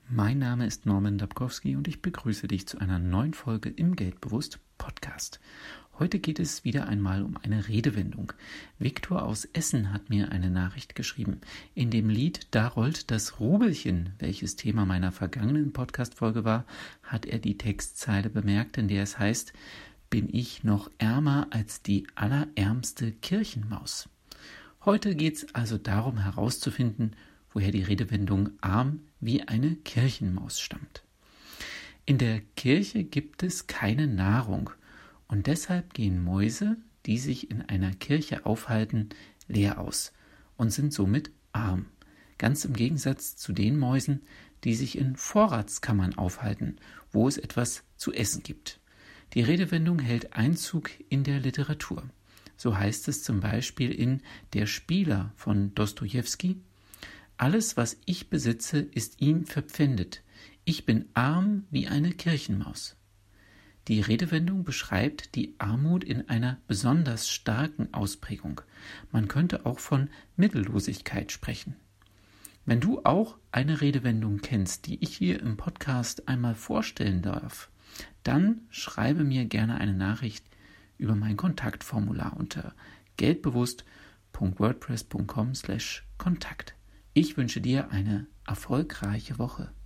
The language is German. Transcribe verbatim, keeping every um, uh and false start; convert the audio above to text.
Mein Name ist Norman Dabkowski und ich begrüße dich zu einer neuen Folge im Geldbewusst Podcast. Heute geht es wieder einmal um eine Redewendung. Viktor aus Essen hat mir eine Nachricht geschrieben. In dem Lied "Da rollt das Rubelchen", welches Thema meiner vergangenen Podcast-Folge war, hat er die Textzeile bemerkt, in der es heißt: "Bin ich noch ärmer als die allerärmste Kirchenmaus?" Heute geht es also darum herauszufinden, woher die Redewendung arm wie eine Kirchenmaus stammt. In der Kirche gibt es keine Nahrung und deshalb gehen Mäuse, die sich in einer Kirche aufhalten, leer aus und sind somit arm. Ganz im Gegensatz zu den Mäusen, die sich in Vorratskammern aufhalten, wo es etwas zu essen gibt. Die Redewendung hält Einzug in der Literatur. So heißt es zum Beispiel in Der Spieler von Dostojewski: "Alles, was ich besitze, ist ihm verpfändet. Ich bin arm wie eine Kirchenmaus." Die Redewendung beschreibt die Armut in einer besonders starken Ausprägung. Man könnte auch von Mittellosigkeit sprechen. Wenn du auch eine Redewendung kennst, die ich hier im Podcast einmal vorstellen darf, dann schreibe mir gerne eine Nachricht über mein Kontaktformular unter geldbewusst punkt wordpress punkt com slash kontakt. Ich wünsche dir eine erfolgreiche Woche.